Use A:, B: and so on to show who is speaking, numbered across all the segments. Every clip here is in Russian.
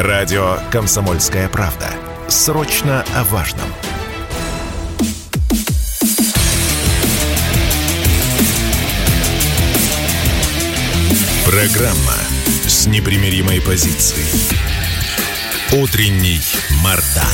A: Радио «Комсомольская правда». Срочно о важном. Программа с непримиримой позицией. Утренний Мардан.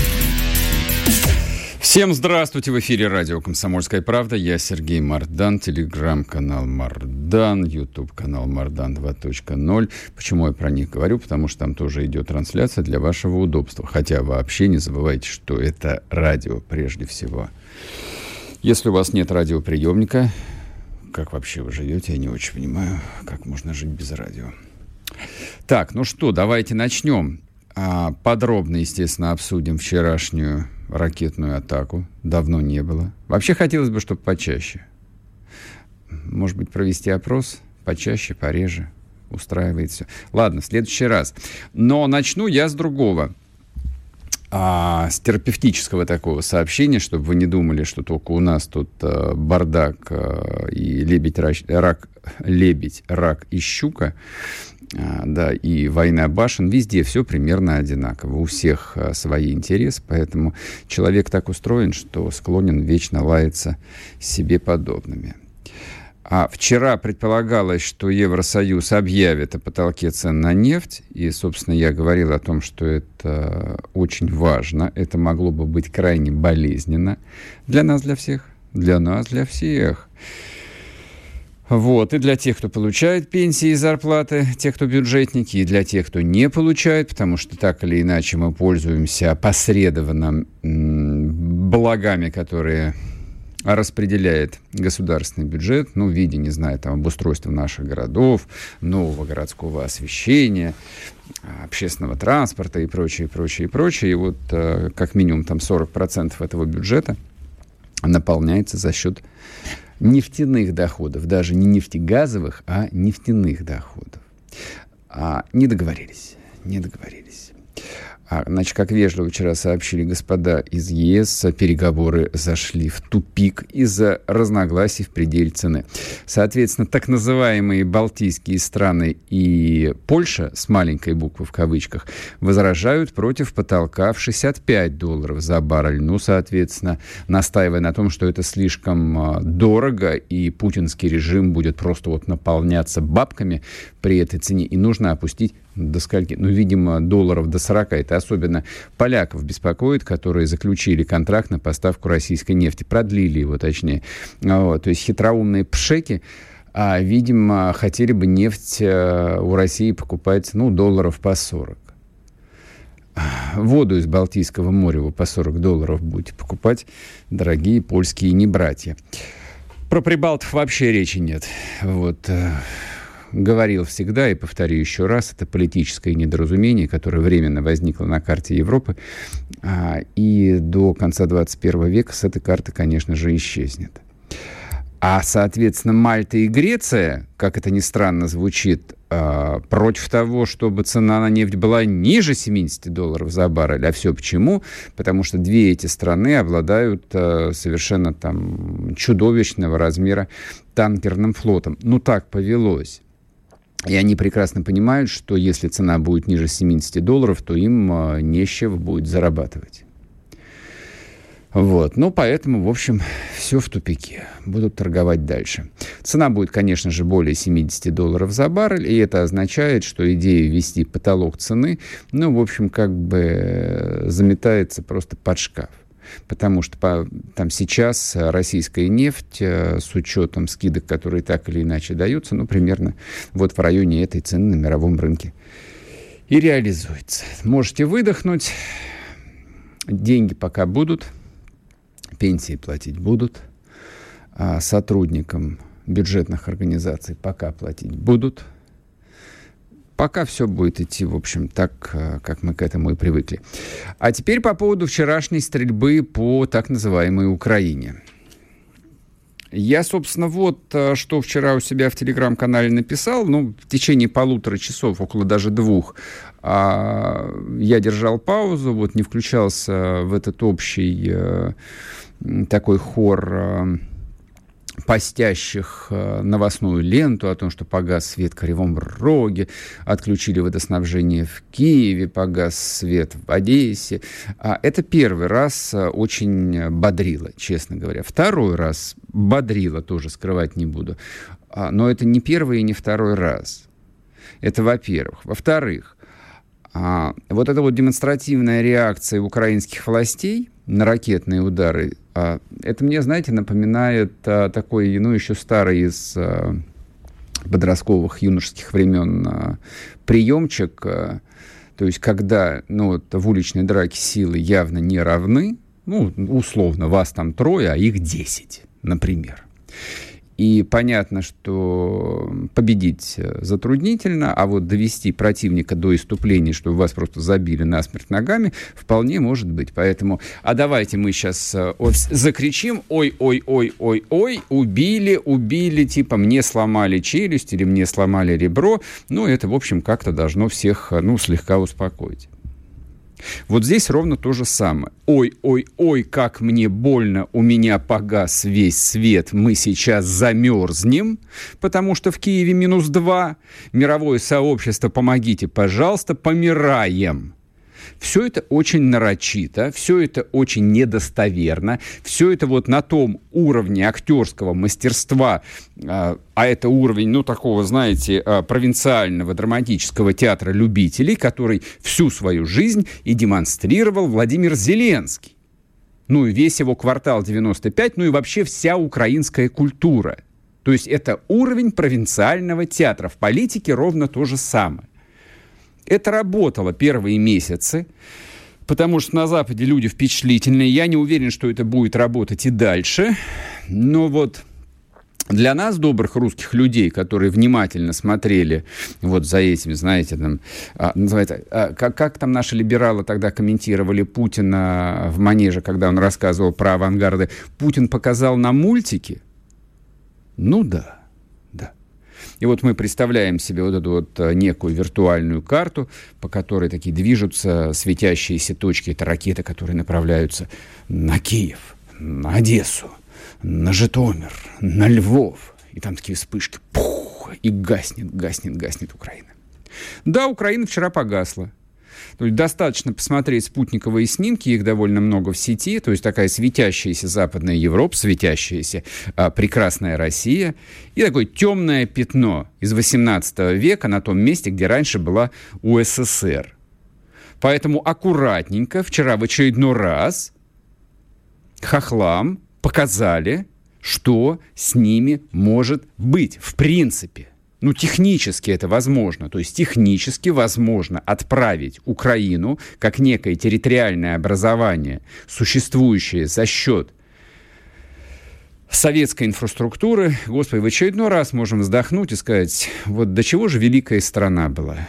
B: Всем здравствуйте! В эфире радио «Комсомольская правда». Я Сергей Мардан, телеграм-канал Мардан, YouTube-канал Мардан 2.0. Почему я про них говорю? Потому что там тоже идет трансляция для вашего удобства. Хотя вообще не забывайте, что это радио прежде всего. Если у вас нет радиоприемника, как вообще вы живете, я не очень понимаю, как можно жить без радио. Так, ну что, давайте начнем. Подробно, естественно, обсудим вчерашнюю ракетную атаку. Давно не было. Вообще хотелось бы, чтобы почаще. Может быть, провести опрос почаще, пореже. Устраивает все. Ладно, в следующий раз. Но начну я с другого. С терапевтического такого сообщения, чтобы вы не думали, что только у нас тут бардак и лебедь, рак и щука. Да, и война башен, везде все примерно одинаково. У всех свои интересы, поэтому человек так устроен, что склонен вечно лаяться себе подобными. Вчера предполагалось, что Евросоюз объявит о потолке цен на нефть, и, собственно, я говорил о том, что это очень важно, это могло бы быть крайне болезненно для нас, для всех, для нас, для всех. Вот, и для тех, кто получает пенсии и зарплаты, тех, кто бюджетники, и для тех, кто не получает, потому что так или иначе мы пользуемся опосредованно благами, которые распределяет государственный бюджет, в виде, не знаю, там, обустройства наших городов, нового городского освещения, общественного транспорта и прочее, прочее, прочее. И вот как минимум там 40% этого бюджета наполняется за счет нефтяных доходов, даже не нефтегазовых, а нефтяных доходов. Не договорились. Значит, как вежливо вчера сообщили господа из ЕС, переговоры зашли в тупик из-за разногласий в пределе цены. Соответственно, так называемые балтийские страны и Польша, с маленькой буквы в кавычках, возражают против потолка в $65 за баррель. Соответственно, настаивая на том, что это слишком дорого, и путинский режим будет просто наполняться бабками при этой цене, и нужно опустить до скольки? Видимо, долларов до 40. Это особенно поляков беспокоит, которые заключили контракт на поставку российской нефти. Продлили его, точнее. То есть хитроумные пшеки, видимо, хотели бы нефть у России покупать, долларов по 40. Воду из Балтийского моря вы по $40 будете покупать, дорогие польские небратья. Про прибалтов вообще речи нет. Говорил всегда и повторю еще раз, это политическое недоразумение, которое временно возникло на карте Европы, и до конца 21 века с этой карты, конечно же, исчезнет. Соответственно, Мальта и Греция, как это ни странно звучит, против того, чтобы цена на нефть была ниже $70 за баррель. А все почему? Потому что две эти страны обладают совершенно чудовищного размера танкерным флотом. Так повелось. И они прекрасно понимают, что если цена будет ниже $70, то им не с чего будет зарабатывать. Поэтому, в общем, все в тупике. Будут торговать дальше. Цена будет, конечно же, более $70 за баррель, и это означает, что идея ввести потолок цены, заметается просто под шкаф. Потому что там сейчас российская нефть с учетом скидок, которые так или иначе даются, примерно в районе этой цены на мировом рынке и реализуется. Можете выдохнуть. Деньги пока будут. Пенсии платить будут. Сотрудникам бюджетных организаций пока платить будут. Пока все будет идти, в общем, так, как мы к этому и привыкли. А теперь по поводу вчерашней стрельбы по так называемой Украине. Я, собственно, что вчера у себя в телеграм-канале написал. В течение 1,5 часов, около даже 2, я держал паузу, не включался в этот общий такой хор постящих новостную ленту о том, что погас свет в Кривом Роге, отключили водоснабжение в Киеве, погас свет в Одессе. Это первый раз очень бодрило, честно говоря. Второй раз бодрило, тоже скрывать не буду. Но это не первый и не второй раз. Это во-первых. Во-вторых, вот эта вот демонстративная реакция украинских властей на ракетные удары, это мне, знаете, напоминает такой, еще старый из подростковых юношеских времен приемчик, то есть когда в уличной драке силы явно не равны, условно, вас там 3, а их 10, например. И понятно, что победить затруднительно, а вот довести противника до исступления, чтобы вас просто забили насмерть ногами, вполне может быть. Поэтому, давайте мы сейчас закричим: ой-ой-ой-ой-ой, убили, типа мне сломали челюсть или мне сломали ребро. Это, в общем, как-то должно всех, слегка успокоить. Вот здесь ровно то же самое. Ой-ой-ой, как мне больно, у меня погас весь свет, мы сейчас замерзнем, потому что в Киеве -2. Мировое сообщество, помогите, пожалуйста, помираем. Все это очень нарочито, все это очень недостоверно, все это вот на том уровне актерского мастерства, а это уровень, такого, знаете, провинциального драматического театра любителей, который всю свою жизнь и демонстрировал Владимир Зеленский. И весь его «Квартал 95», и вообще вся украинская культура. То есть это уровень провинциального театра. В политике ровно то же самое. Это работало первые месяцы, потому что на Западе люди впечатлительные. Я не уверен, что это будет работать и дальше. Но вот для нас, добрых русских людей, которые внимательно смотрели вот за этими, знаете, там, называется, как там наши либералы тогда комментировали Путина в «Манеже», когда он рассказывал про авангарды, Путин показал нам мультики? Да. И вот мы представляем себе вот эту вот некую виртуальную карту, по которой такие движутся светящиеся точки. Это ракеты, которые направляются на Киев, на Одессу, на Житомир, на Львов. И там такие вспышки. Пух, и гаснет Украина. Да, Украина вчера погасла. То есть достаточно посмотреть спутниковые снимки, их довольно много в сети, то есть такая светящаяся Западная Европа, светящаяся прекрасная Россия, и такое темное пятно из XVIII века на том месте, где раньше была УССР. Поэтому аккуратненько вчера в очередной раз хохлам показали, что с ними может быть в принципе. Технически это возможно. То есть технически возможно отправить Украину как некое территориальное образование, существующее за счет советской инфраструктуры. Господи, в очередной раз можем вздохнуть и сказать, вот до чего же великая страна была.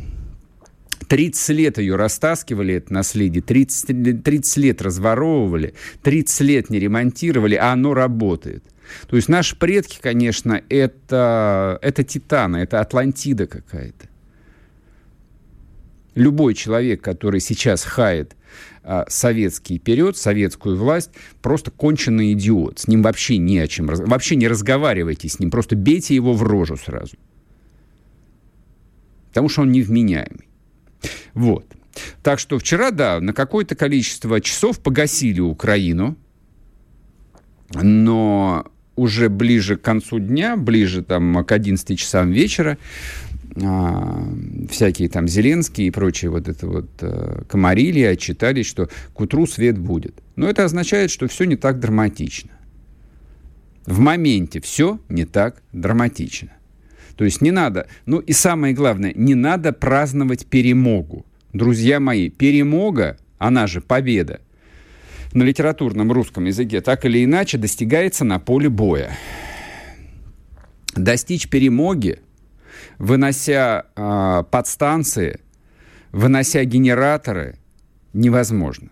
B: 30 лет ее растаскивали, это наследие, 30 лет разворовывали, 30 лет не ремонтировали, а оно работает. То есть наши предки, конечно, это титаны, это Атлантида какая-то. Любой человек, который сейчас хает советский период, советскую власть, просто конченый идиот. С ним вообще не о чем. Вообще не разговаривайте с ним, просто бейте его в рожу сразу. Потому что он невменяемый. Вот. Так что вчера, да, на какое-то количество часов погасили Украину, но уже ближе к концу дня, ближе там, к 11 часам вечера, всякие там Зеленские и прочие вот это вот комарильи отчитались, что к утру свет будет. Но это означает, что все не так драматично. В моменте все не так драматично. То есть не надо, и самое главное, не надо праздновать перемогу. Друзья мои, перемога, она же победа, на литературном русском языке так или иначе достигается на поле боя. Достичь перемоги, вынося подстанции, вынося генераторы, невозможно.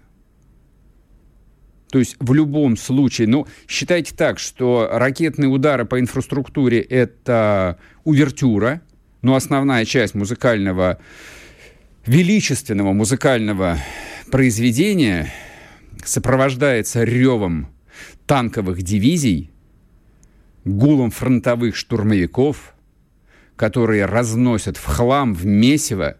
B: То есть в любом случае, считайте так, что ракетные удары по инфраструктуре – это увертюра, но основная часть величественного музыкального произведения сопровождается ревом танковых дивизий, гулом фронтовых штурмовиков, которые разносят в хлам, в месиво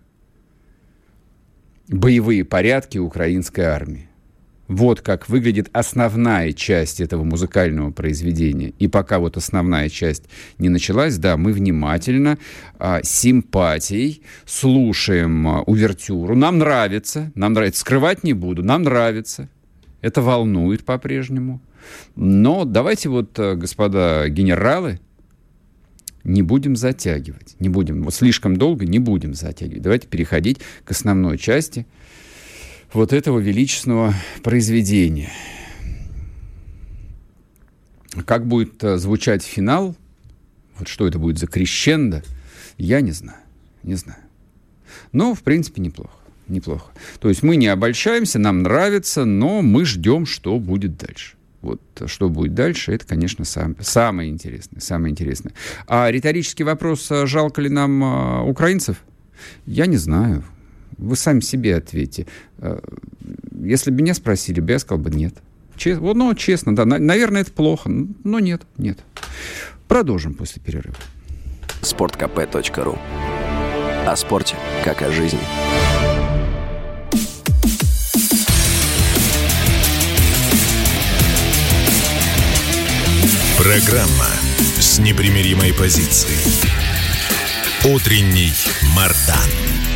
B: боевые порядки украинской армии. Вот как выглядит основная часть этого музыкального произведения. И пока вот основная часть не началась, да, мы внимательно, с симпатией слушаем увертюру. Нам нравится, скрывать не буду, нам нравится. Это волнует по-прежнему. Но давайте вот, господа генералы, не будем затягивать. Не будем, вот слишком долго не будем затягивать. Давайте переходить к основной части вот этого величественного произведения. Как будет звучать финал, вот что это будет за крещендо, я не знаю. Но, в принципе, неплохо. То есть мы не обольщаемся, нам нравится, но мы ждем, что будет дальше. Вот что будет дальше, это, конечно, самое интересное. А риторический вопрос, жалко ли нам украинцев? Я не знаю. Вы сами себе ответьте. Если бы меня спросили, я сказал бы нет. Честно, да. Наверное, это плохо, но нет. Продолжим после перерыва.
C: sportkp.ru. О спорте, как о жизни.
A: Программа с непримиримой позицией. Утренний Мардан.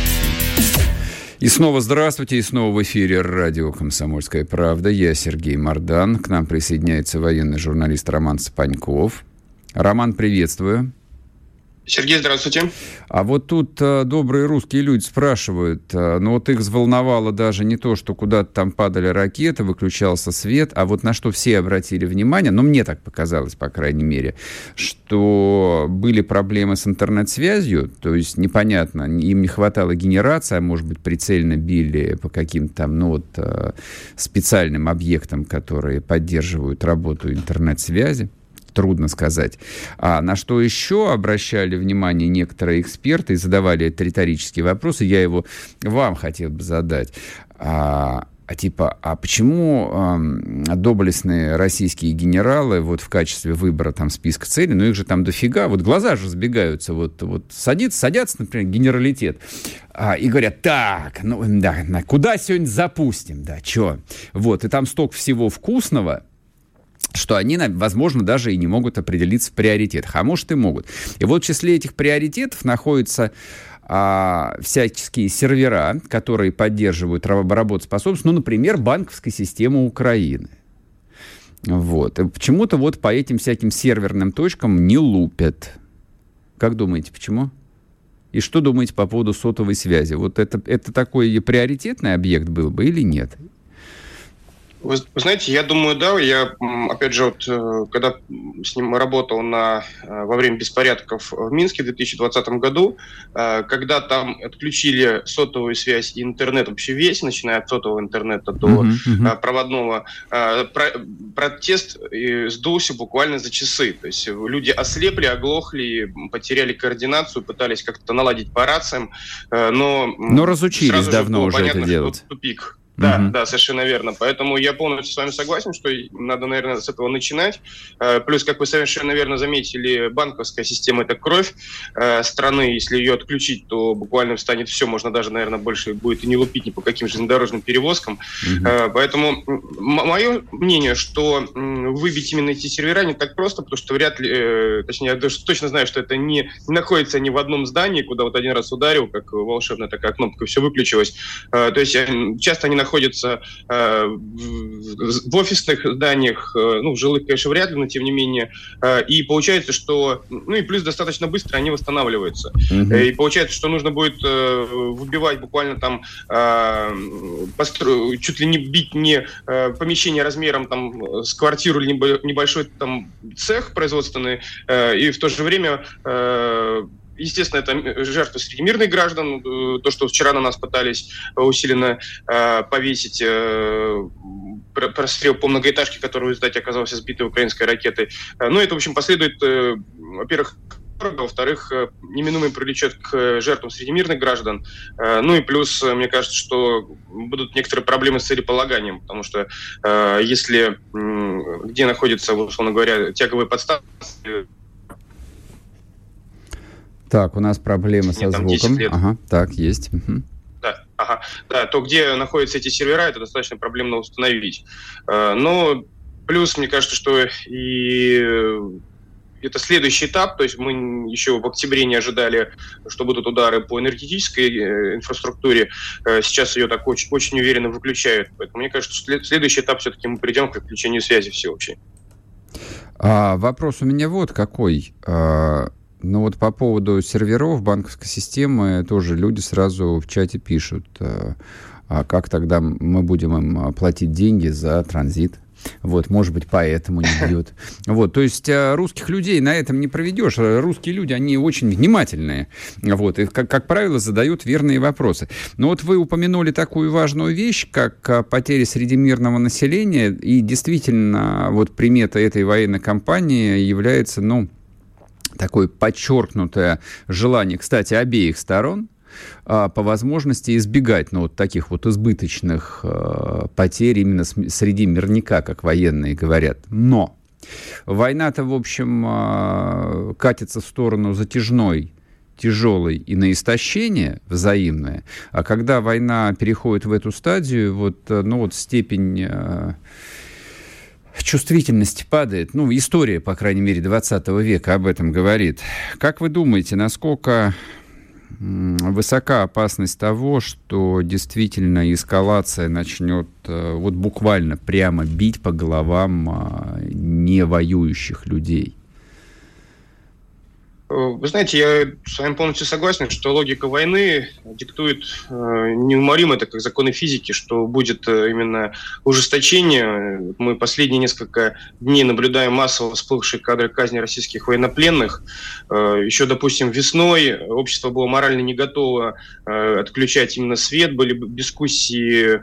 B: И снова здравствуйте, и снова в эфире радио «Комсомольская правда». Я Сергей Мардан. К нам присоединяется военный журналист Роман Сапаньков. Роман, приветствую.
D: Сергей, здравствуйте.
B: А вот тут добрые русские люди спрашивают, вот их взволновало даже не то, что куда-то там падали ракеты, выключался свет, а вот на что все обратили внимание, мне так показалось, по крайней мере, что были проблемы с интернет-связью, то есть непонятно, им не хватало генерации, а может быть прицельно били по каким-то там, специальным объектам, которые поддерживают работу интернет-связи. Трудно сказать. А на что еще обращали внимание некоторые эксперты и задавали это риторические вопросы, я его вам хотел бы задать. Почему доблестные российские генералы вот в качестве выбора там списка целей, их же там дофига, вот глаза же сбегаются, вот садятся, например, генералитет, и говорят, куда сегодня запустим, чё? И там столько всего вкусного, что они, возможно, даже и не могут определиться в приоритетах. А может, и могут. И вот в числе этих приоритетов находятся всяческие сервера, которые поддерживают работоспособность, например, банковской системы Украины. И почему-то по этим всяким серверным точкам не лупят. Как думаете, почему? И что думаете по поводу сотовой связи? Это такой приоритетный объект был бы или нет?
D: Вы знаете, я думаю, да. Я, опять же, когда с ним работал во время беспорядков в Минске в 2020 году, когда там отключили сотовую связь и интернет вообще весь, начиная от сотового интернета до проводного, протест сдулся буквально за часы. То есть люди ослепли, оглохли, потеряли координацию, пытались как-то наладить по рациям, но
B: разучились давно уже это делать.
D: Тупик. Да, совершенно верно. Поэтому я полностью с вами согласен, что надо, наверное, с этого начинать. Плюс, как вы совершенно верно заметили, банковская система – это кровь страны. Если ее отключить, то буквально станет все. Можно даже, наверное, больше будет и не лупить ни по каким железнодорожным перевозкам. Поэтому мое мнение, что выбить именно эти сервера не так просто, потому что вряд ли, точнее, я даже точно знаю, что это не находится ни в одном здании, куда один раз ударил, как волшебная такая кнопка, и все выключилось. То есть часто они находятся в офисных зданиях, в жилых, конечно, вряд ли, но тем не менее. И получается, что... и плюс достаточно быстро они восстанавливаются. И получается, что нужно будет выбивать буквально там, чуть ли не бить не помещение размером там с квартиру или небольшой там цех производственный, и в то же время... Естественно, это жертвы среди мирных граждан. То, что вчера на нас пытались усиленно повесить прострел по многоэтажке, который в результате оказался сбитой украинской ракетой. Это, в общем, последует, во-первых, во-вторых, неминуемо привлечет к жертвам среди мирных граждан. Ну и плюс, мне кажется, что будут некоторые проблемы с целеполаганием, потому что если где находятся, условно говоря, тяговые подстанции...
B: Так, у нас проблемы со звуком. Ага, так, есть. Угу.
D: Да, то где находятся эти сервера, это достаточно проблемно установить. Но плюс, мне кажется, что и это следующий этап, то есть мы еще в октябре не ожидали, что будут удары по энергетической инфраструктуре. Сейчас ее так очень, очень уверенно выключают. Поэтому мне кажется, что следующий этап все-таки мы придем к отключению связи всеобщей.
B: Вопрос у меня вот какой. Ну вот по поводу серверов банковской системы тоже люди сразу в чате пишут, а как тогда мы будем им платить деньги за транзит? Вот, может быть, поэтому не бьют. Вот, то есть русских людей на этом не проведешь. Русские люди, они очень внимательные. Вот, и, как правило, задают верные вопросы. Но вот вы упомянули такую важную вещь, как потери среди мирного населения. И действительно, вот примета этой военной кампании является, такое подчеркнутое желание, кстати, обеих сторон, по возможности избегать таких вот избыточных потерь именно среди мирняка, как военные говорят. Но война-то, в общем, катится в сторону затяжной, тяжелой и на истощение взаимное. А когда война переходит в эту стадию, степень... чувствительность падает. История, по крайней мере, 20 века об этом говорит. Как вы думаете, насколько высока опасность того, что действительно эскалация начнет буквально прямо бить по головам не воюющих людей?
D: Вы знаете, я с вами полностью согласен, что логика войны диктует неумолимо, это как законы физики, что будет именно ужесточение. Мы последние несколько дней наблюдаем массово всплывшие кадры казни российских военнопленных. Еще, допустим, весной общество было морально не готово отключать именно свет, были дискуссии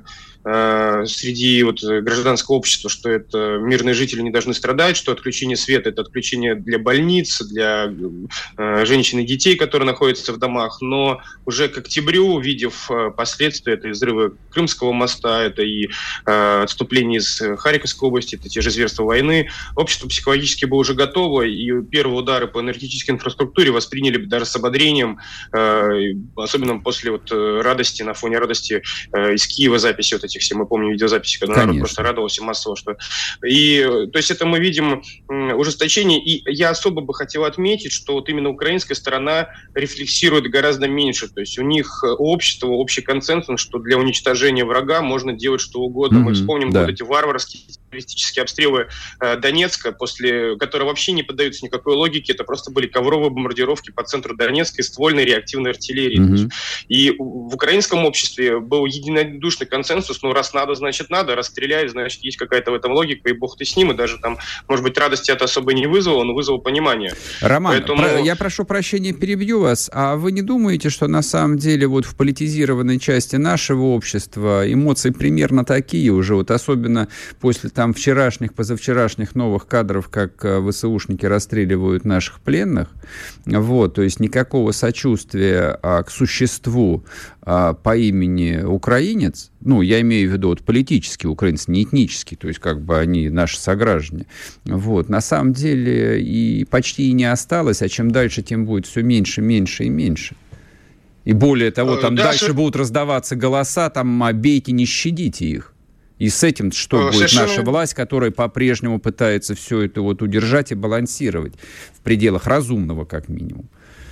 D: среди гражданского общества, что это мирные жители не должны страдать, что отключение света – это отключение для больниц, для женщин и детей, которые находятся в домах. Но уже к октябрю, увидев последствия, это и взрывы Крымского моста, это и отступление из Харьковской области, это те же зверства войны, общество психологически было уже готово, и первые удары по энергетической инфраструктуре восприняли даже с ободрением, особенно после радости, на фоне радости из Киева записи этих все, мы помним видеозаписи, когда народ просто радовался массово, что... И, то есть это мы видим ужесточение, и я особо бы хотел отметить, что именно украинская сторона рефлексирует гораздо меньше, то есть у них у общества общий консенсус, что для уничтожения врага можно делать что угодно. Мы вспомним эти варварские террористические обстрелы Донецка, которые вообще не поддаются никакой логике, это просто были ковровые бомбардировки по центру Донецка и ствольной реактивной артиллерии. И в украинском обществе был единодушный консенсус, раз надо, значит надо, раз стреляют, значит есть какая-то в этом логика, и бог ты с ним, и даже там, может быть, радости это особо не вызвало, но вызвало понимание.
B: Роман, я прошу прощения, перебью вас, а вы не думаете, что на самом деле в политизированной части нашего общества эмоции примерно такие уже, особенно после вчерашних, позавчерашних новых кадров, как ВСУшники расстреливают наших пленных, то есть никакого сочувствия к существу по имени украинец, я имею в виду политический украинец, не этнический, то есть они наши сограждане. На самом деле и почти и не осталось, а чем дальше, тем будет все меньше, меньше и меньше. И более того, дальше будут раздаваться голоса, бейте, не щадите их. И с этим что будет наша власть, которая по-прежнему пытается все это удержать и балансировать в пределах разумного, как минимум?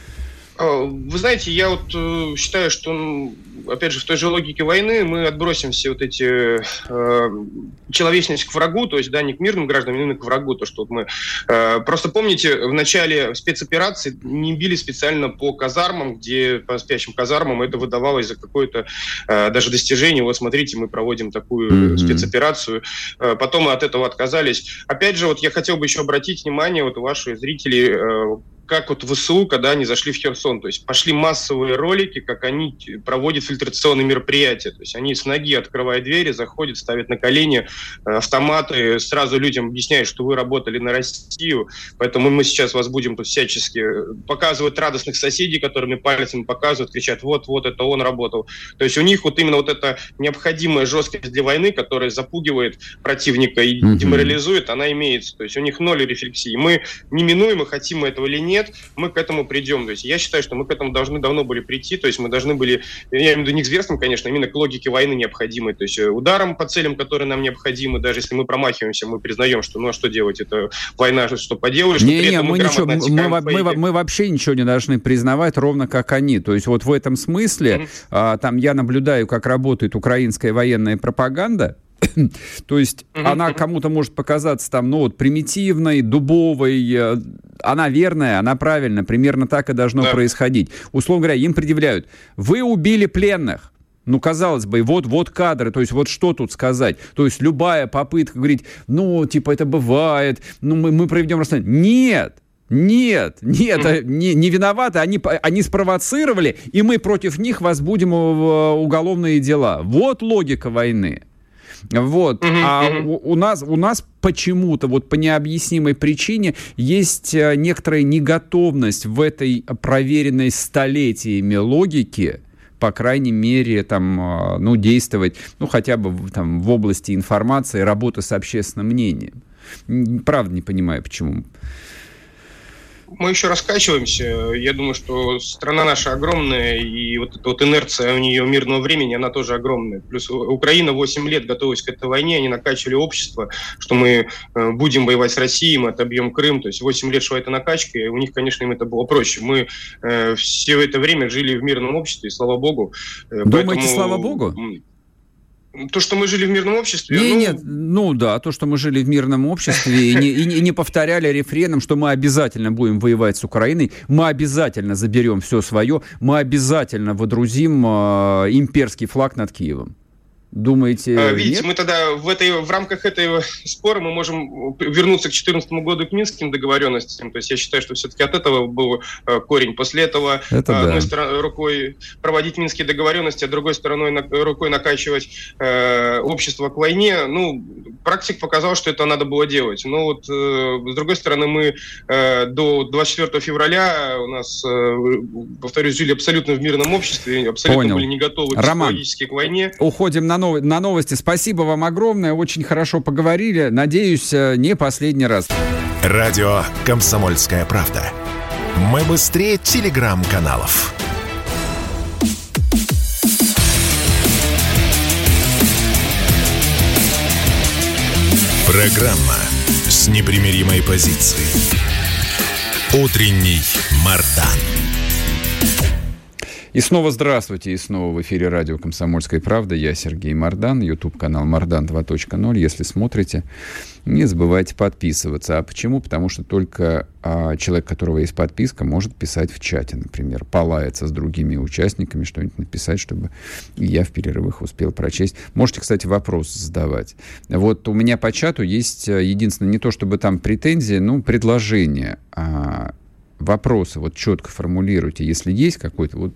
D: Вы знаете, я считаю, что, опять же, в той же логике войны мы отбросим все эти человечность к врагу, то есть, не к мирным гражданам, а именно к врагу. То, что мы... Просто помните, в начале спецоперации не били специально по казармам, по спящим казармам, это выдавалось за какое-то даже достижение. Смотрите, мы проводим такую спецоперацию. Потом мы от этого отказались. Опять же, я хотел бы еще обратить внимание, ваши зрители, как вот ВСУ, когда они зашли в Херсон. То есть пошли массовые ролики, как они проводят фильтрационные мероприятия. То есть они с ноги открывают двери, заходят, ставят на колени автоматы, сразу людям объясняют, что вы работали на Россию, поэтому мы сейчас вас будем тут всячески показывать радостных соседей, которыми пальцем показывают, кричат, вот, это он работал. То есть у них вот именно вот эта необходимая жесткость для войны, которая запугивает противника и деморализует, она имеется. То есть у них ноль рефлексии. Мы неминуемо, хотим мы этого или нет, мы к этому придем. То есть я считаю, что мы к этому должны давно были прийти. То есть мы должны были, я имею в виду не к зверствам, конечно, именно к логике войны необходимой. То есть ударом по целям, которые нам необходимы, даже если мы промахиваемся, мы признаем, что ну а что делать, это война, что поделаешь.
B: Мы вообще ничего не должны признавать, ровно как они. То есть вот в этом смысле там я наблюдаю, как работает украинская военная пропаганда. То есть она кому-то может показаться там, ну вот, примитивной, дубовой, она верная, она правильная, примерно так и должно происходить. Условно говоря, им предъявляют, вы убили пленных. Ну, казалось бы, вот кадры, то есть вот что тут сказать? То есть любая попытка говорить, ну, типа, это бывает, ну, мы проведем расследование. Нет, не виноваты, они спровоцировали, и мы против них возбудим уголовные дела. Вот логика войны. Вот. У нас почему-то, вот по необъяснимой причине, есть некоторая неготовность в этой проверенной столетиями логике, по крайней мере, там, ну, действовать, ну, хотя бы там, в области информации, работы с общественным мнением. Правда не понимаю, почему.
D: Мы еще раскачиваемся. Я думаю, что страна наша огромная, и вот эта вот инерция у нее мирного времени, она тоже огромная. Плюс Украина 8 лет готовилась к этой войне, они накачивали общество, что мы будем воевать с Россией, мы отобьем Крым. То есть 8 лет шла эта накачка, и у них, конечно, им это было проще. Мы все это время жили в мирном обществе, и слава богу.
B: Думаете, поэтому... слава богу?
D: То, что мы жили в мирном обществе...
B: то, что мы жили в мирном обществе и не повторяли рефреном, что мы обязательно будем воевать с Украиной, мы обязательно заберем все свое, мы обязательно водрузим имперский флаг над Киевом. Думаете,
D: видите,
B: нет?
D: Мы тогда в рамках этого спора мы можем вернуться к 2014 году, к Минским договоренностям. То есть я считаю, что все-таки от этого был корень. После этого одной рукой проводить Минские договоренности, а другой стороной рукой накачивать общество к войне. Ну, практика показала, что это надо было делать. Но вот с другой стороны, мы до 24 февраля у нас, повторюсь, жили абсолютно в мирном обществе, абсолютно были не готовы психологически к войне.
B: Уходим на новости. Спасибо вам огромное. Очень хорошо поговорили. Надеюсь, не последний раз.
A: Радио «Комсомольская правда». Мы быстрее телеграм-каналов. Программа с непримиримой позицией. Утренний Мардан.
B: И снова здравствуйте, и снова в эфире радио «Комсомольская правда». Я Сергей Мардан, YouTube-канал Мардан 2.0. Если смотрите, не забывайте подписываться. А почему? Потому что только человек, у которого есть подписка, может писать в чате, например, полаяться с другими участниками, что-нибудь написать, чтобы я в перерывах успел прочесть. Можете, кстати, вопросы задавать. Вот у меня по чату есть единственное, не то чтобы там претензии, но предложение. Вопросы вот четко формулируйте. Если есть какой-то, вот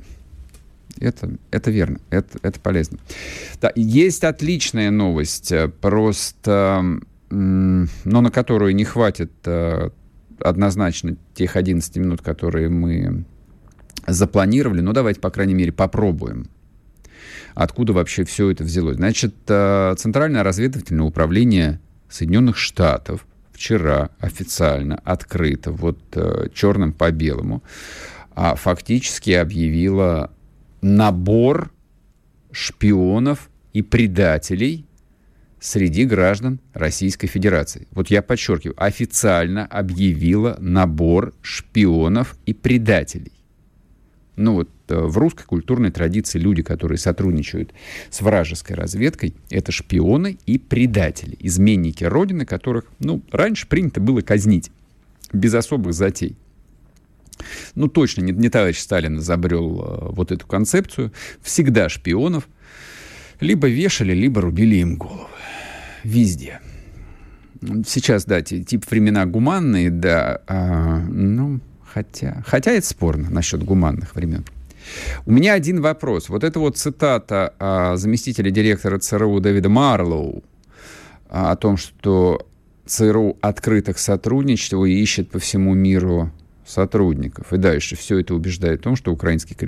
B: это верно, это полезно. Да, есть отличная новость, просто, но на которую не хватит однозначно тех 11 минут, которые мы запланировали. Но давайте, по крайней мере, попробуем. Откуда вообще все это взялось? Значит, Центральное разведывательное управление Соединенных Штатов вчера официально, открыто, вот черным по белому, фактически объявило набор шпионов и предателей среди граждан Российской Федерации. Вот я подчеркиваю, официально объявила набор шпионов и предателей. Ну вот в русской культурной традиции люди, которые сотрудничают с вражеской разведкой, это шпионы и предатели, изменники Родины, которых, ну, раньше принято было казнить без особых затей. Ну, точно не товарищ Сталин изобрел вот эту концепцию. Всегда шпионов либо вешали, либо рубили им головы. Везде. Сейчас, да, типа времена гуманные, да, ну, хотя это спорно насчет гуманных времен. У меня один вопрос. Вот это вот цитата заместителя директора ЦРУ Дэвида Марлоу о том, что ЦРУ открыто к сотрудничеству и ищет по всему миру сотрудников. И дальше все это убеждает в том, что украинский...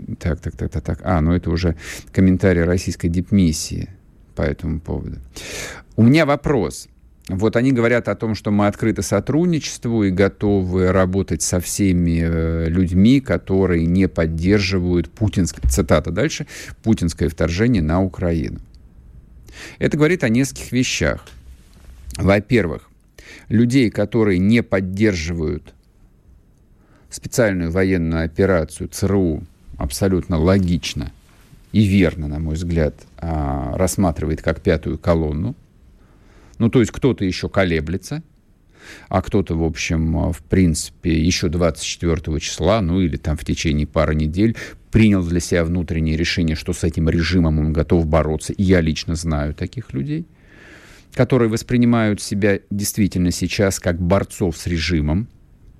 B: это уже комментарий российской дипмиссии по этому поводу. У меня вопрос. Вот они говорят о том, что мы открыты сотрудничеству и готовы работать со всеми людьми, которые не поддерживают цитата дальше, путинское вторжение на Украину. Это говорит о нескольких вещах. Во-первых, людей, которые не поддерживают специальную военную операцию ЦРУ, абсолютно логично и верно, на мой взгляд, рассматривает как пятую колонну. Ну, то есть кто-то еще колеблется, а кто-то, в общем, в принципе, еще 24 числа, ну, или там в течение пары недель принял для себя внутреннее решение, что с этим режимом он готов бороться. И я лично знаю таких людей, которые воспринимают себя действительно сейчас как борцов с режимом.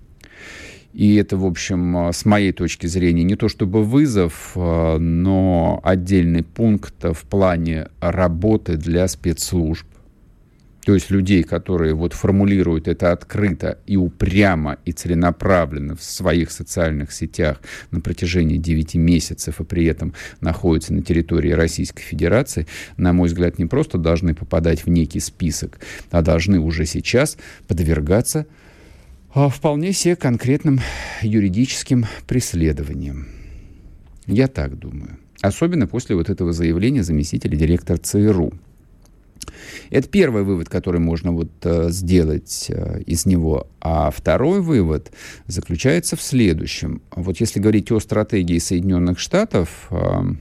B: И это, в общем, с моей точки зрения, не то чтобы вызов, но отдельный пункт в плане работы для спецслужб. То есть людей, которые вот формулируют это открыто и упрямо и целенаправленно в своих социальных сетях на протяжении 9 месяцев и при этом находятся на территории Российской Федерации, на мой взгляд, не просто должны попадать в некий список, а должны уже сейчас подвергаться вполне себе конкретным юридическим преследованиям. Я так думаю. Особенно после вот этого заявления заместителя директора ЦРУ. Это первый вывод, который можно вот сделать из него. А второй вывод заключается в следующем. Вот если говорить о стратегии Соединенных Штатов,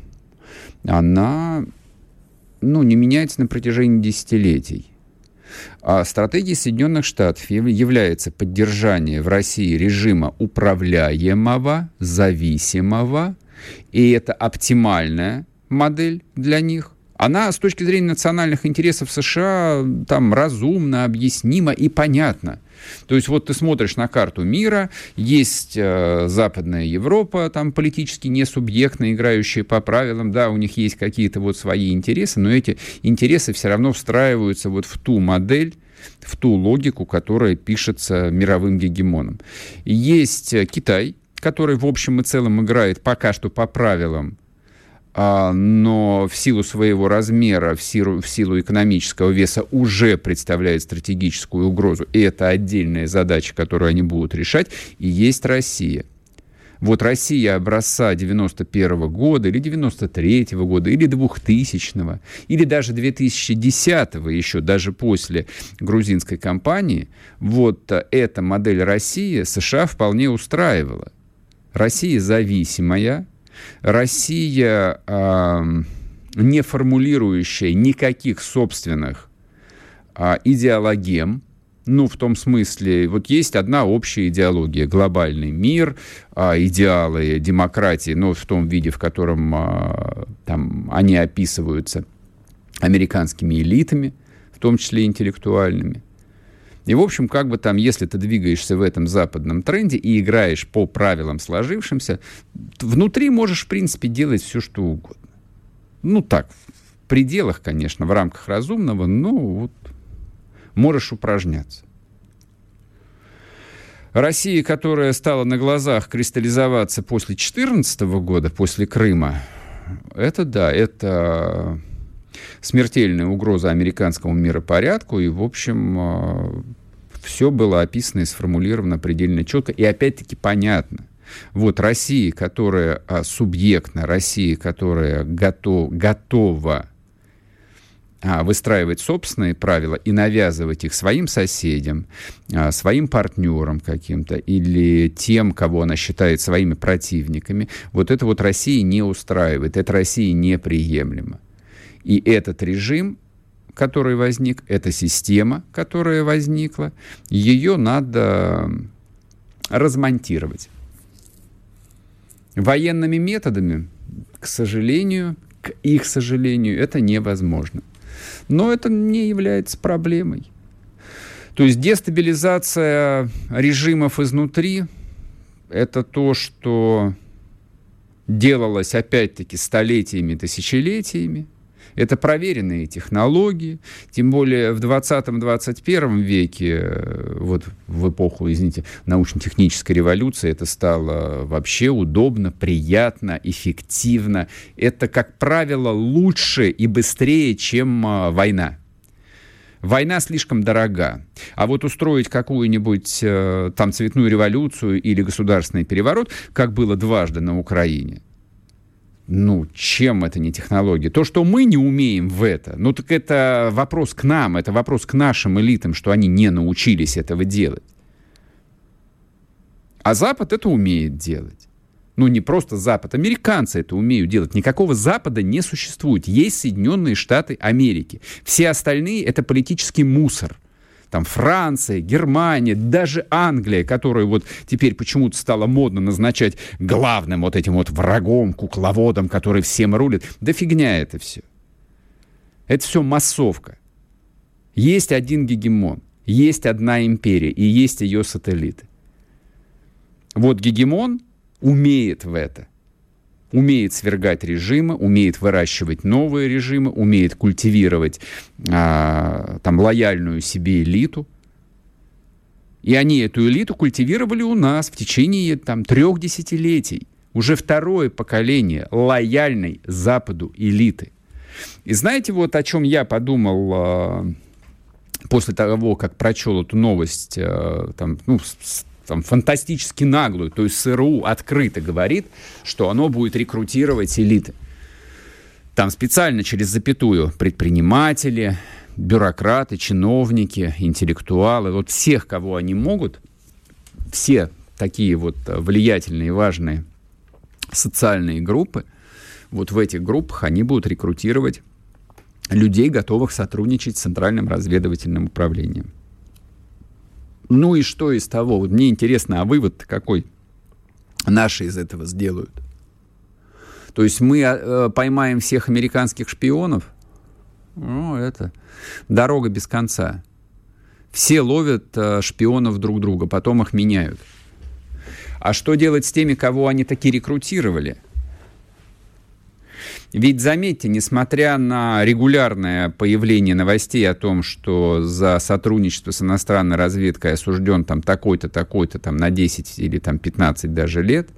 B: она не меняется на протяжении десятилетий. А стратегией Соединенных Штатов является поддержание в России режима управляемого, зависимого, и это оптимальная модель для них. Она с точки зрения национальных интересов США там разумна, объяснима и понятна. То есть вот ты смотришь на карту мира, есть Западная Европа, там политически несубъектно играющая по правилам, да, у них есть какие-то вот свои интересы, но эти интересы все равно встраиваются вот в ту модель, в ту логику, которая пишется мировым гегемоном. Есть Китай, который в общем и целом играет пока что по правилам, но в силу своего размера, в силу экономического веса уже представляет стратегическую угрозу. И это отдельная задача, которую они будут решать. И есть Россия. Вот Россия образца 91 года, или 93 года, или 2000-го, или даже 2010-го, еще даже после грузинской кампании, вот эта модель России США вполне устраивала. Россия зависимая, Россия, не формулирующая никаких собственных идеологем, в том смысле, вот есть одна общая идеология, глобальный мир, идеалы демократии, но в том виде, в котором там они описываются американскими элитами, в том числе интеллектуальными. И, в общем, как бы там, если ты двигаешься в этом западном тренде и играешь по правилам сложившимся, внутри можешь, в принципе, делать все, что угодно. Так, в пределах, конечно, в рамках разумного, но вот можешь упражняться. Россия, которая стала на глазах кристаллизоваться после 2014 года, после Крыма, это смертельная угроза американскому миропорядку, и, в общем, все было описано и сформулировано предельно четко, и опять-таки понятно. Вот Россия, которая субъектна, Россия, которая готова выстраивать собственные правила и навязывать их своим соседям, своим партнерам каким-то или тем, кого она считает своими противниками, вот это вот Россия не устраивает, это Россия неприемлема. И этот режим, который возник, эта система, которая возникла, ее надо размонтировать. Военными методами, к их сожалению, это невозможно. Но это не является проблемой. То есть дестабилизация режимов изнутри это то, что делалось, опять-таки, столетиями, тысячелетиями. Это проверенные технологии, тем более в 20-21 веке, вот в эпоху, извините, научно-технической революции, это стало вообще удобно, приятно, эффективно. Это, как правило, лучше и быстрее, чем война. Война слишком дорога. А вот устроить какую-нибудь там цветную революцию или государственный переворот, как было дважды на Украине, чем это не технология? То, что мы не умеем в это, так это вопрос к нам, это вопрос к нашим элитам, что они не научились этого делать. А Запад это умеет делать. Не просто Запад, американцы это умеют делать. Никакого Запада не существует. Есть Соединенные Штаты Америки. Все остальные это политический мусор. Там Франция, Германия, даже Англия, которую вот теперь почему-то стало модно назначать главным вот этим вот врагом, кукловодом, который всем рулит. Да фигня это все. Это все массовка. Есть один гегемон, есть одна империя и есть ее сателлиты. Вот гегемон умеет в это. Умеет свергать режимы, умеет выращивать новые режимы, умеет культивировать лояльную себе элиту. И они эту элиту культивировали у нас в течение 3 десятилетий. Уже второе поколение лояльной Западу элиты. И знаете, вот о чем я подумал после того, как прочел эту новость, фантастически наглую, то есть ЦРУ открыто говорит, что оно будет рекрутировать элиты. Там специально через запятую предприниматели, бюрократы, чиновники, интеллектуалы, вот всех, кого они могут, все такие вот влиятельные, важные социальные группы, вот в этих группах они будут рекрутировать людей, готовых сотрудничать с Центральным разведывательным управлением. И что из того? Вот мне интересно, а вывод-то какой наши из этого сделают? То есть мы поймаем всех американских шпионов? Это дорога без конца. Все ловят шпионов друг друга, потом их меняют. А что делать с теми, кого они таки рекрутировали? Ведь, заметьте, несмотря на регулярное появление новостей о том, что за сотрудничество с иностранной разведкой осужден такой-то, такой-то, на 10 или 15 даже лет,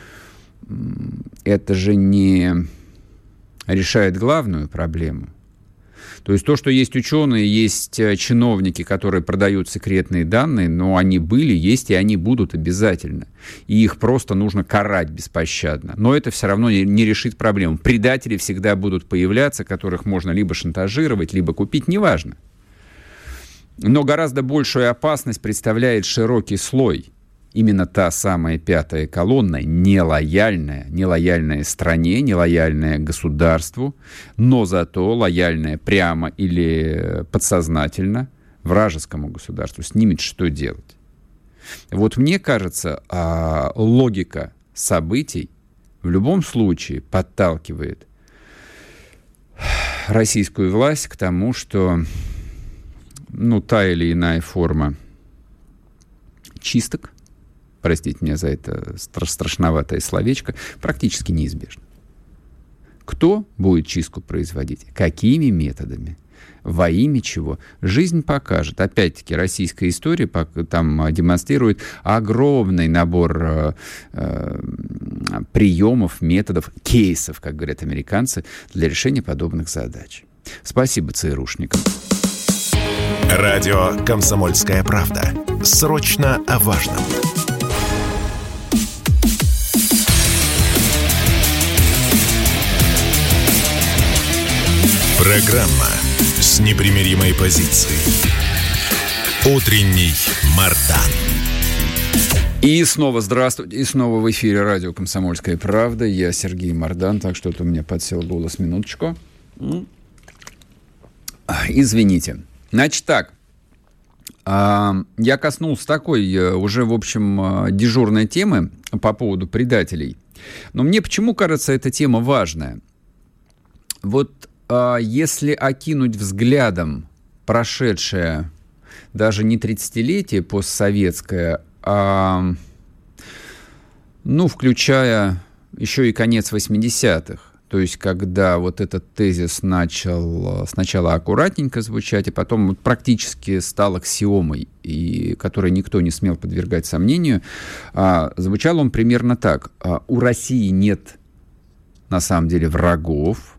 B: это же не решает главную проблему. То есть то, что есть ученые, есть чиновники, которые продают секретные данные, но они были, есть и они будут обязательно. И их просто нужно карать беспощадно. Но это все равно не решит проблему. Предатели всегда будут появляться, которых можно либо шантажировать, либо купить, неважно. Но гораздо большую опасность представляет широкий слой. Именно та самая пятая колонна, нелояльная стране, нелояльная государству, но зато лояльная прямо или подсознательно вражескому государству. С ними что делать? Вот мне кажется, логика событий в любом случае подталкивает российскую власть к тому, что та или иная форма чисток, простите меня за это страшноватое словечко, практически неизбежно. Кто будет чистку производить? Какими методами? Во имя чего? Жизнь покажет. Опять-таки, российская история там демонстрирует огромный набор приемов, методов, кейсов, как говорят американцы, для решения подобных задач. Спасибо ЦРУшникам.
A: Радио «Комсомольская правда». Срочно о важном. Программа с непримиримой позицией. Утренний Мардан.
B: И снова здравствуйте. И снова в эфире радио «Комсомольская правда». Я Сергей Мардан. Так, что-то у меня подсел голос. Минуточку. Извините. Значит так. Я коснулся такой уже, в общем, дежурной темы по поводу предателей. Но мне почему кажется эта тема важная? Вот если окинуть взглядом прошедшее даже не 30-летие постсоветское, а включая еще и конец 80-х. То есть, когда вот этот тезис начал сначала аккуратненько звучать, а потом практически стал аксиомой, и которой никто не смел подвергать сомнению, звучал он примерно так. У России нет, на самом деле, врагов,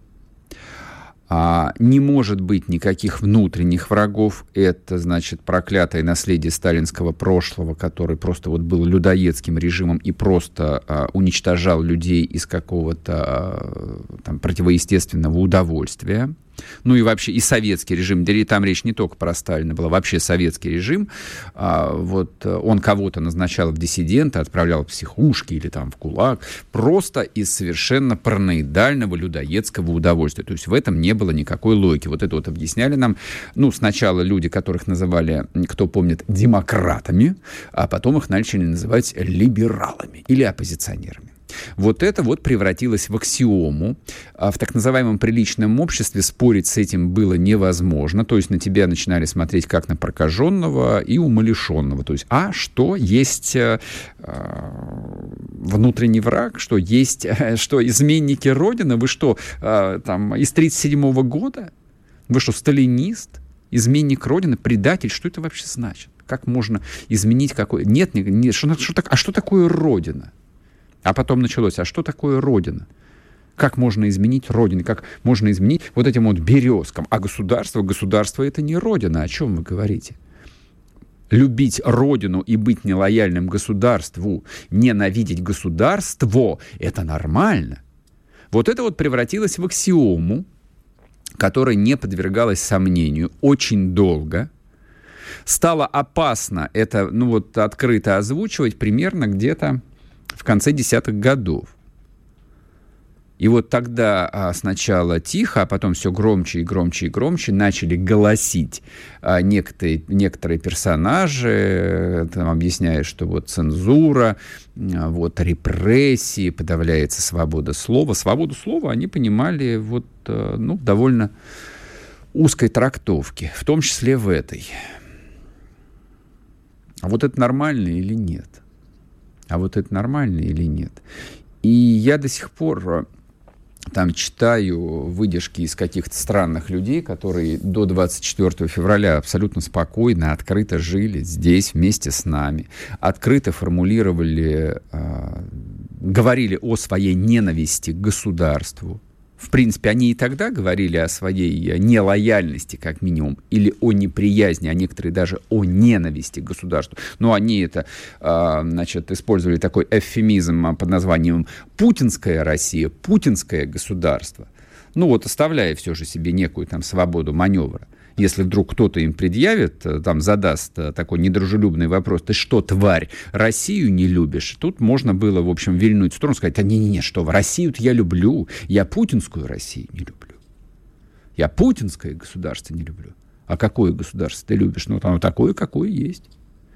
B: не может быть никаких внутренних врагов. Это, значит, проклятое наследие сталинского прошлого, который просто вот был людоедским режимом и просто уничтожал людей из какого-то там противоестественного удовольствия. Ну и вообще и советский режим, там речь не только про Сталина была, вообще советский режим, вот он кого-то назначал в диссидента, отправлял в психушки или там в КУЛАГ, просто из совершенно параноидального людоедского удовольствия. То есть в этом не было никакой логики. Вот это вот объясняли нам, сначала люди, которых называли, кто помнит, демократами, а потом их начали называть либералами или оппозиционерами. Вот это вот превратилось в аксиому. В так называемом приличном обществе спорить с этим было невозможно. То есть на тебя начинали смотреть как на прокаженного и умалишенного. То есть, что есть внутренний враг? Что есть, что изменники Родины? Вы что, там, из 1937 года? Вы что, сталинист? Изменник Родины? Предатель? Что это вообще значит? Как можно изменить какой... Нет, что такое Родина? А потом началось, что такое Родина? Как можно изменить Родину? Как можно изменить вот этим вот березкам? А государство это не Родина. О чем вы говорите? Любить Родину и быть нелояльным государству, ненавидеть государство – это нормально. Вот это вот превратилось в аксиому, которая не подвергалась сомнению очень долго. Стало опасно это открыто озвучивать примерно где-то в конце десятых годов. И вот тогда сначала тихо, а потом все громче и громче и громче начали голосить некоторые персонажи, там, объясняя, что вот цензура, вот репрессии, подавляется свобода слова. Свободу слова они понимали в довольно узкой трактовке, в том числе в этой. А вот это нормально или нет? И я до сих пор там читаю выдержки из каких-то странных людей, которые до 24 февраля абсолютно спокойно, открыто жили здесь вместе с нами, открыто формулировали, говорили о своей ненависти к государству. В принципе, они и тогда говорили о своей нелояльности, как минимум, или о неприязни, а некоторые даже о ненависти к государству. Но они это, использовали такой эвфемизм под названием «путинская Россия», «путинское государство». Оставляя все же себе некую там свободу маневра. Если вдруг кто-то им предъявит, там задаст такой недружелюбный вопрос: ты что, тварь, Россию не любишь? Тут можно было, в общем, вильнуть в сторону, сказать: не, что вы, Россию-то я люблю, я путинскую Россию не люблю. Я путинское государство не люблю. А какое государство ты любишь? Там такое, какое есть.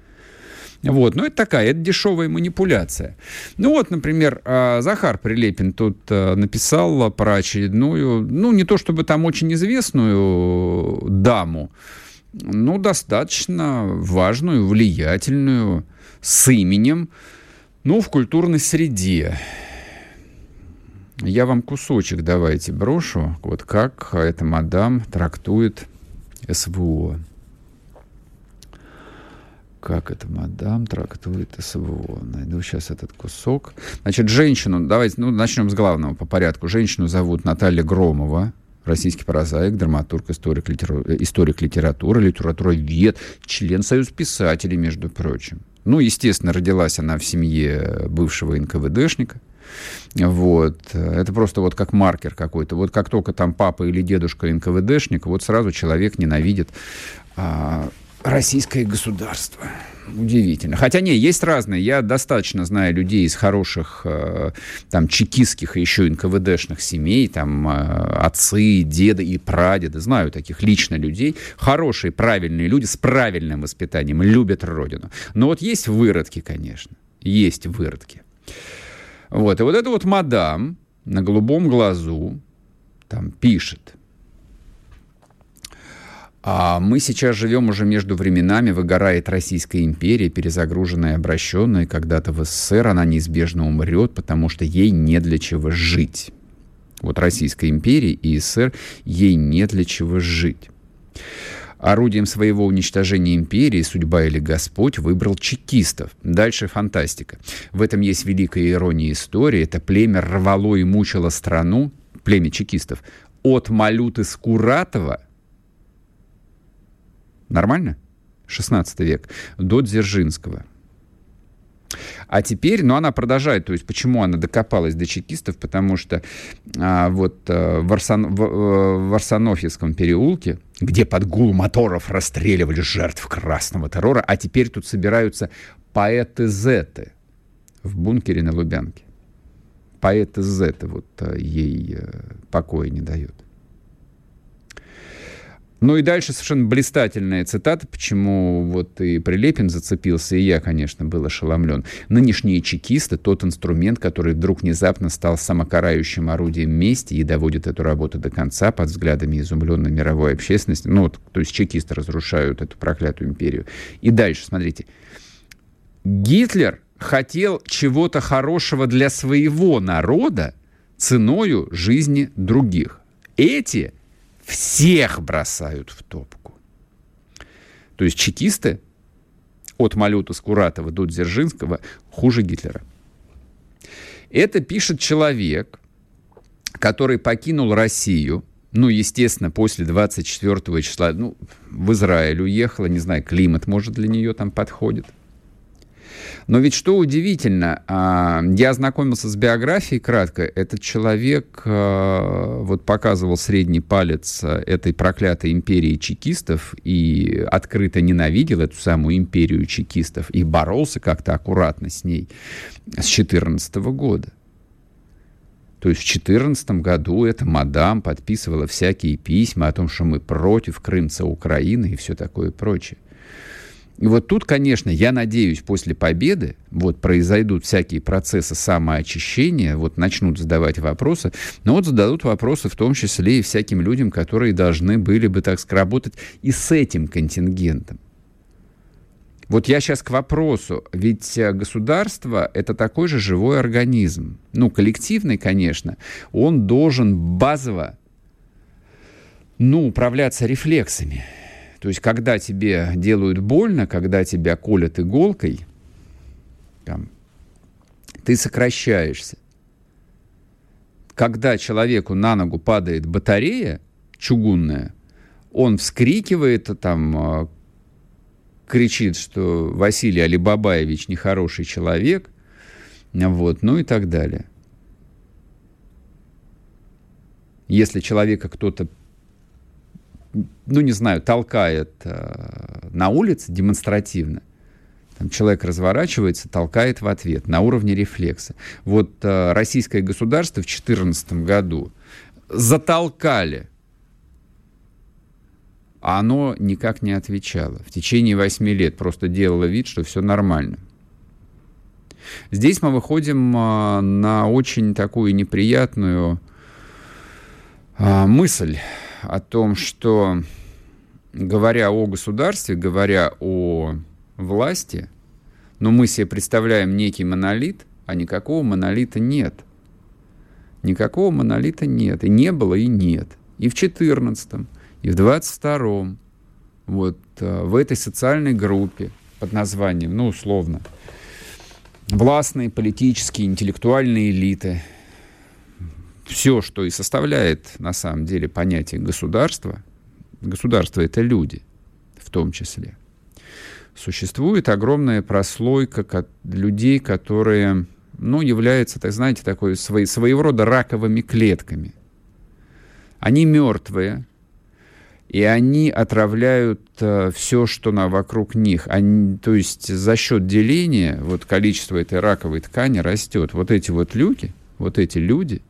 B: Это дешевая манипуляция. Например, Захар Прилепин тут написал про очередную, не то чтобы там очень известную даму, достаточно важную, влиятельную, с именем, в культурной среде. Я вам кусочек давайте брошу, вот как эта мадам трактует СВО. Как эта мадам трактует СВО. Найду сейчас этот кусок. Значит, женщину, давайте начнем с главного по порядку. Женщину зовут Наталья Громова, российский прозаик, драматург, историк литературы, литературовед, член Союза писателей, между прочим. Естественно, родилась она в семье бывшего НКВДшника. Это просто как маркер какой-то. Как только там папа или дедушка НКВДшник, сразу человек ненавидит российское государство. Удивительно. Хотя есть разные. Я достаточно знаю людей из хороших чекистских и еще НКВДшных семей, отцы, деды и прадеды. Знаю таких лично людей. Хорошие, правильные люди с правильным воспитанием, любят Родину. Но есть выродки, конечно. Есть выродки. И эта мадам на голубом глазу там пишет: А мы сейчас живем уже между временами, выгорает Российская империя, перезагруженная и обращенная. Когда-то в СССР она неизбежно умрет, потому что ей не для чего жить. Вот Российской империи и СССР ей не для чего жить. Орудием своего уничтожения империи судьба или Господь выбрал чекистов. Дальше фантастика. В этом есть великая ирония истории. Это племя рвало и мучило страну, племя чекистов, от Малюты Скуратова, нормально? 16 век, до Дзержинского. А теперь, она продолжает, то есть почему она докопалась до чекистов, потому что в Арсенофьевском переулке, где под гул моторов расстреливали жертв красного террора, а теперь тут собираются поэты-зеты в бункере на Лубянке. Поэты-зеты ей покоя не дают. И дальше совершенно блистательная цитата, почему и Прилепин зацепился, и я, конечно, был ошеломлен. Нынешние чекисты — тот инструмент, который вдруг внезапно стал самокарающим орудием мести и доводит эту работу до конца под взглядами изумленной мировой общественности. То есть чекисты разрушают эту проклятую империю. И дальше, смотрите. Гитлер хотел чего-то хорошего для своего народа ценою жизни других. Эти всех бросают в топку. То есть чекисты от Малюты Скуратова до Дзержинского хуже Гитлера. Это пишет человек, который покинул Россию, естественно, после 24 числа, в Израиль уехала, не знаю, климат, может, для нее там подходит. Но ведь что удивительно, я ознакомился с биографией кратко. Этот человек показывал средний палец этой проклятой империи чекистов и открыто ненавидел эту самую империю чекистов и боролся как-то аккуратно с ней с 2014 года. То есть в 2014 году эта мадам подписывала всякие письма о том, что мы против крымца Украины и все такое прочее. И тут, конечно, я надеюсь, после победы произойдут всякие процессы самоочищения, начнут задавать вопросы, но зададут вопросы в том числе и всяким людям, которые должны были бы, так сказать, работать и с этим контингентом. Я сейчас к вопросу, ведь государство — это такой же живой организм. Коллективный, конечно, он должен базово, управляться рефлексами. То есть, когда тебе делают больно, когда тебя колят иголкой, ты сокращаешься. Когда человеку на ногу падает батарея чугунная, он вскрикивает, кричит, что Василий Алибабаевич нехороший человек, и так далее. Если человека кто-то толкает на улице демонстративно, человек разворачивается, толкает в ответ на уровне рефлекса. Российское государство в 2014 году затолкали, а оно никак не отвечало. В течение 8 лет просто делало вид, что все нормально. Здесь мы выходим на очень такую неприятную мысль о том, что, говоря о государстве, говоря о власти, мы себе представляем некий монолит, а никакого монолита нет. Никакого монолита нет. И не было, и нет. И в 14-м, и в 22-м, в этой социальной группе под названием, условно, властные, политические, интеллектуальные элиты, все, что и составляет, на самом деле, понятие государства, государство — это люди, в том числе. Существует огромная прослойка людей, которые, являются, такой своего рода раковыми клетками. Они мертвые, и они отравляют все, что вокруг них. То есть за счет деления количество этой раковой ткани растет. Эти люки, эти люди,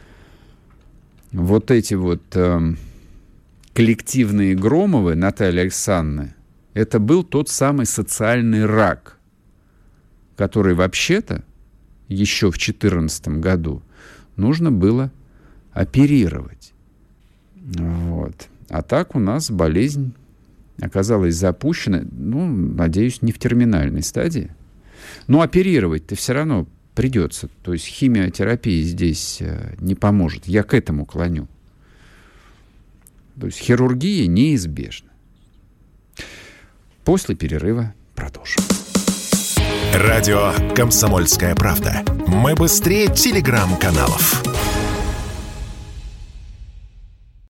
B: эти коллективные Громовы Натальи Александровны, это был тот самый социальный рак, который вообще-то еще в 2014 году нужно было оперировать. А так у нас болезнь оказалась запущена, надеюсь, не в терминальной стадии. Но оперировать-то все равно придется. То есть химиотерапия здесь не поможет. Я к этому клоню. То есть хирургия неизбежна. После перерыва продолжим.
A: Радио «Комсомольская правда». Мы быстрее телеграм-каналов.